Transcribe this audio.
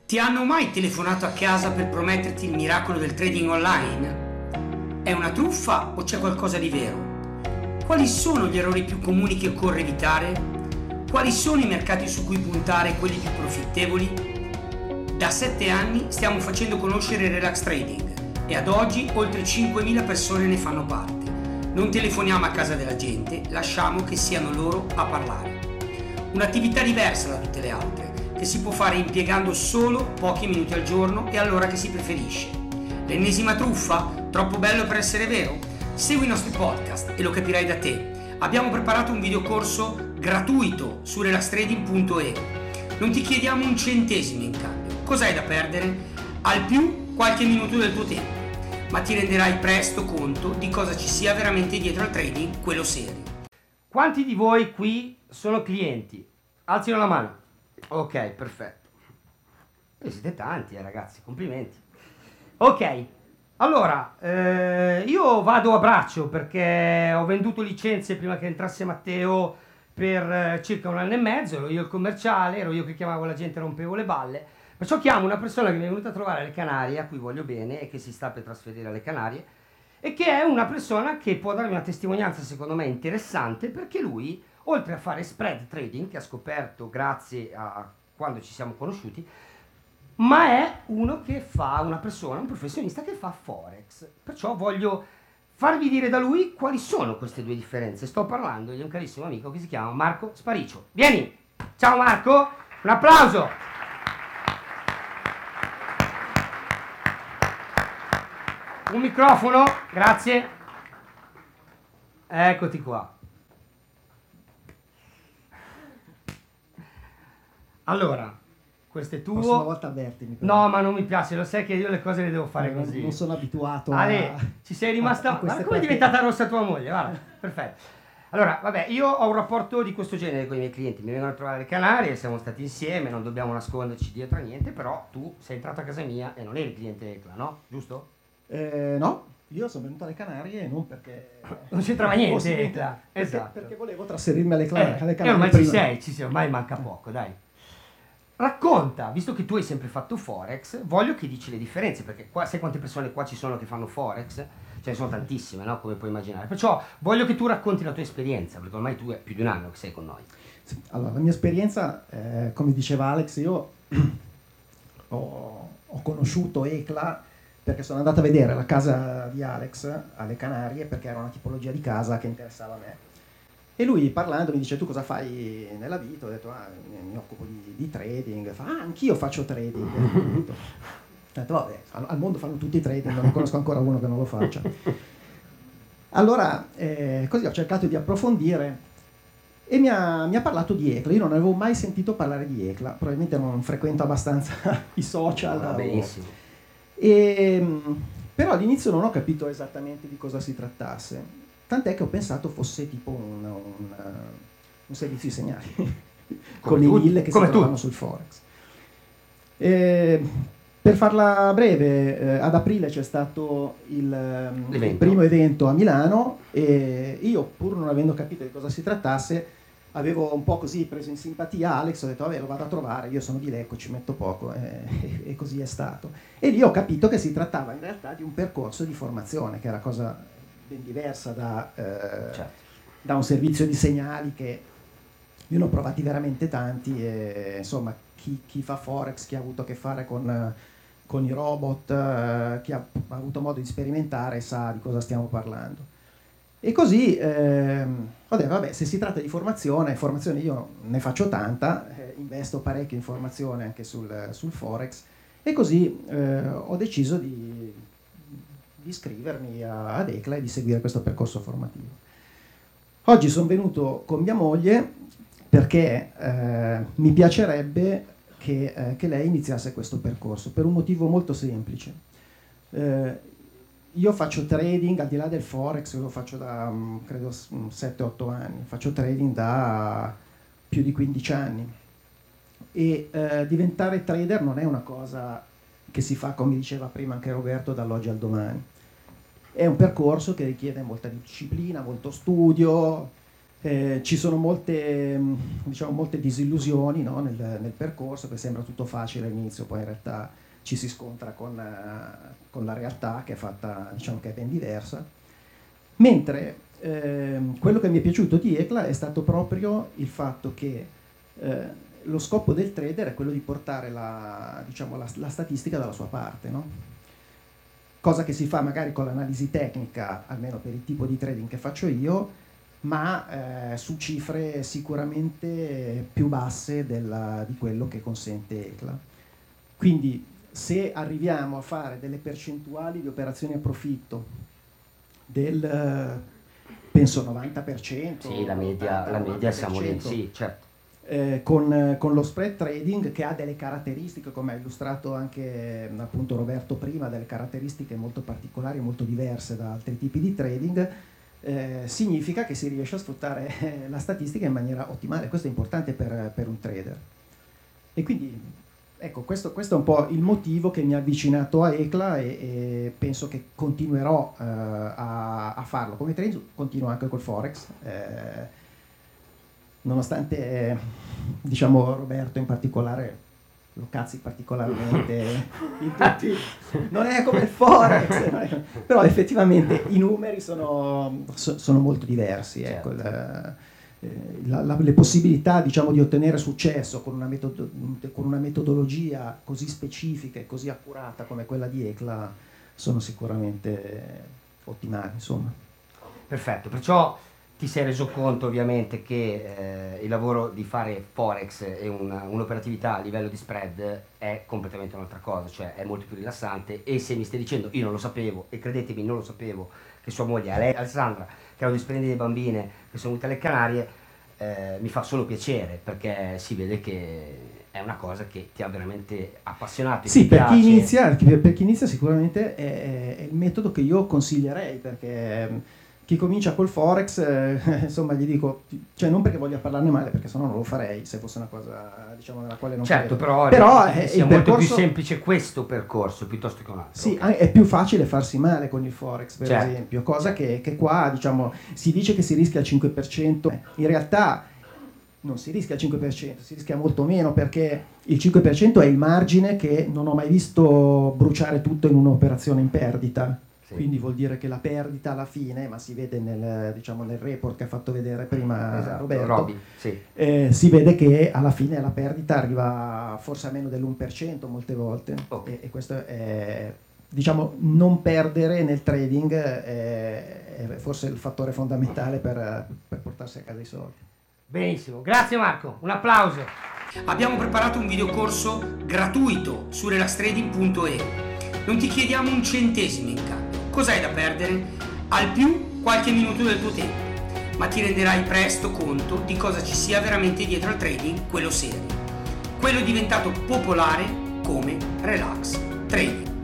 Ti hanno mai telefonato a casa per prometterti il miracolo del trading online? È una truffa o c'è qualcosa di vero? Quali sono gli errori più comuni che occorre evitare? Quali sono i mercati su cui puntare e quelli più profittevoli? Da 7 anni stiamo facendo conoscere Relax Trading e ad oggi oltre 5.000 persone ne fanno parte. Non telefoniamo a casa della gente, lasciamo che siano loro a parlare. Un'attività diversa da tutte le altre, che si può fare impiegando solo pochi minuti al giorno e all'ora che si preferisce. L'ennesima truffa? Troppo bello per essere vero? Segui i nostri podcast e lo capirai da te. Abbiamo preparato un videocorso gratuito su relaxtrading.e. Non ti chiediamo un centesimo in cambio. Cos'hai da perdere? Al più qualche minuto del tuo tempo, ma ti renderai presto conto di cosa ci sia veramente dietro al trading, quello serio. Quanti di voi qui sono clienti? Alzino la mano. Ok, perfetto. E siete tanti, ragazzi, complimenti. Ok, allora, io vado a braccio perché ho venduto licenze prima che entrasse Matteo per circa 1 anno e mezzo, ero io il commerciale, ero io che chiamavo la gente e rompevo le balle. Perciò chiamo una persona che mi è venuta a trovare alle Canarie, a cui voglio bene e che si sta per trasferire alle Canarie, e che è una persona che può darmi una testimonianza secondo me interessante, perché lui, oltre a fare spread trading, che ha scoperto grazie a quando ci siamo conosciuti, ma è uno che fa, una persona, un professionista che fa Forex. Perciò voglio farvi dire da lui quali sono queste due differenze. Sto parlando di un carissimo amico che si chiama Marco Sparicio. Vieni! Ciao Marco! Un applauso! Un microfono, grazie. Eccoti qua. Allora, questo è tuo. Prossima volta avvertimi. Però. No, ma non mi piace, lo sai che io le cose le devo fare così. Non sono abituato Ale, ci sei rimasta. Guarda come è diventata rossa tua moglie, guarda. Perfetto. Allora, vabbè, io ho un rapporto di questo genere con i miei clienti, mi vengono a trovare alle Canarie, siamo stati insieme, non dobbiamo nasconderci dietro a niente, però tu sei entrato a casa mia e non eri cliente ECLA, no? Giusto? No, io sono venuto alle Canarie e non perché... Non c'entrava niente ECLA, esatto. Perché volevo trasferirmi alle Canarie. E ormai ci sei, ormai manca poco, dai. Racconta, visto che tu hai sempre fatto Forex, voglio che dici le differenze, perché qua, sai quante persone qua ci sono che fanno Forex? Ce ne sono tantissime, no? Come puoi immaginare. Perciò voglio che tu racconti la tua esperienza, perché ormai tu è più di un anno che sei con noi. Allora, la mia esperienza, come diceva Alex, io ho conosciuto ECLA perché sono andato a vedere la casa di Alex alle Canarie, perché era una tipologia di casa che interessava a me. E lui parlando mi dice: tu cosa fai nella vita? Ho detto: mi occupo di trading. Fa: anch'io faccio trading. Ho detto: vabbè, al mondo fanno tutti trading, non ne conosco ancora uno che non lo faccia. Allora così ho cercato di approfondire e mi ha parlato di ECLA. Io non avevo mai sentito parlare di ECLA, probabilmente non frequento abbastanza i social. Va benissimo. Però all'inizio non ho capito esattamente di cosa si trattasse. Tant'è che ho pensato fosse tipo un servizio di segnali, come i 1000 che si trovano sul Forex. Per farla breve, ad aprile c'è stato il primo evento a Milano e io, pur non avendo capito di cosa si trattasse, avevo un po' così preso in simpatia Alex, ho detto: vabbè, lo vado a trovare, io sono di Lecco, ci metto poco, e così è stato. E lì ho capito che si trattava in realtà di un percorso di formazione, che era cosa ben diversa da un servizio di segnali, che io ne ho provati veramente tanti e insomma chi fa Forex, chi ha avuto a che fare con i robot, chi ha avuto modo di sperimentare sa di cosa stiamo parlando. E così ho detto: vabbè, se si tratta di formazione io ne faccio tanta, investo parecchio in formazione anche sul Forex, e così ho deciso di iscrivermi ad ECLA e di seguire questo percorso formativo. Oggi sono venuto con mia moglie perché mi piacerebbe che lei iniziasse questo percorso, per un motivo molto semplice. Io faccio trading, al di là del Forex, lo faccio da credo 7-8 anni, faccio trading da più di 15 anni e diventare trader non è una cosa che si fa, come diceva prima anche Roberto, dall'oggi al domani. È un percorso che richiede molta disciplina, molto studio, Ci sono molte disillusioni, no, nel percorso, perché sembra tutto facile all'inizio, poi in realtà ci si scontra con la realtà che è fatta, diciamo, che è ben diversa. Mentre quello che mi è piaciuto di ECLA è stato proprio il fatto che lo scopo del trader è quello di portare la statistica dalla sua parte, no? Cosa che si fa magari con l'analisi tecnica, almeno per il tipo di trading che faccio io, ma su cifre sicuramente più basse di quello che consente ECLA. Quindi se arriviamo a fare delle percentuali di operazioni a profitto del penso 90%, sì, la media siamo lì, sì, certo. Con lo spread trading, che ha delle caratteristiche, come ha illustrato anche appunto Roberto prima, delle caratteristiche molto particolari, molto diverse da altri tipi di trading, significa che si riesce a sfruttare la statistica in maniera ottimale. Questo è importante per un trader. E quindi ecco, questo è un po' il motivo che mi ha avvicinato a ECLA, e penso che continuerò a farlo come trader. Continuo anche col Forex, nonostante diciamo Roberto in particolare lo cazzi particolarmente in tutti, non è come il Forex, però effettivamente i numeri sono molto diversi, ecco. Le possibilità, diciamo, di ottenere successo con una metodologia così specifica e così accurata come quella di ECLA sono sicuramente ottimali, insomma. Perfetto, perciò ti sei reso conto ovviamente che il lavoro di fare Forex e un'operatività a livello di spread è completamente un'altra cosa, cioè è molto più rilassante. E se mi stai dicendo io non lo sapevo, e credetemi non lo sapevo, che sua moglie Alessandra, che ha due splendide bambine che sono venute alle Canarie, mi fa solo piacere, perché si vede che è una cosa che ti ha veramente appassionato. Sì, per chi inizia sicuramente è il metodo che io consiglierei, perché chi comincia col Forex, insomma, gli dico, cioè non perché voglia parlarne male, perché sennò non lo farei, se fosse una cosa, diciamo, nella quale non certo, credo. però è molto più semplice questo percorso piuttosto che un altro. Sì, okay. È più facile farsi male con il Forex, per certo, esempio, cosa che qua, diciamo, si dice che si rischia al 5%, in realtà non si rischia al 5%, si rischia molto meno, perché il 5% è il margine che non ho mai visto bruciare tutto in un'operazione in perdita. Sì. Quindi vuol dire che la perdita alla fine, ma si vede nel report che ha fatto vedere prima, esatto, Roberto, sì. Si vede che alla fine la perdita arriva forse a meno dell'1% molte volte, okay. E questo è, diciamo, non perdere nel trading è forse il fattore fondamentale per portarsi a casa i soldi. Benissimo, grazie Marco, un applauso. Abbiamo preparato un videocorso gratuito su relastrading.e. Non ti chiediamo un centesimo in cambio. Cos'hai da perdere? Al più qualche minuto del tuo tempo, ma ti renderai presto conto di cosa ci sia veramente dietro al trading, quello serio, quello diventato popolare come Relax Trading.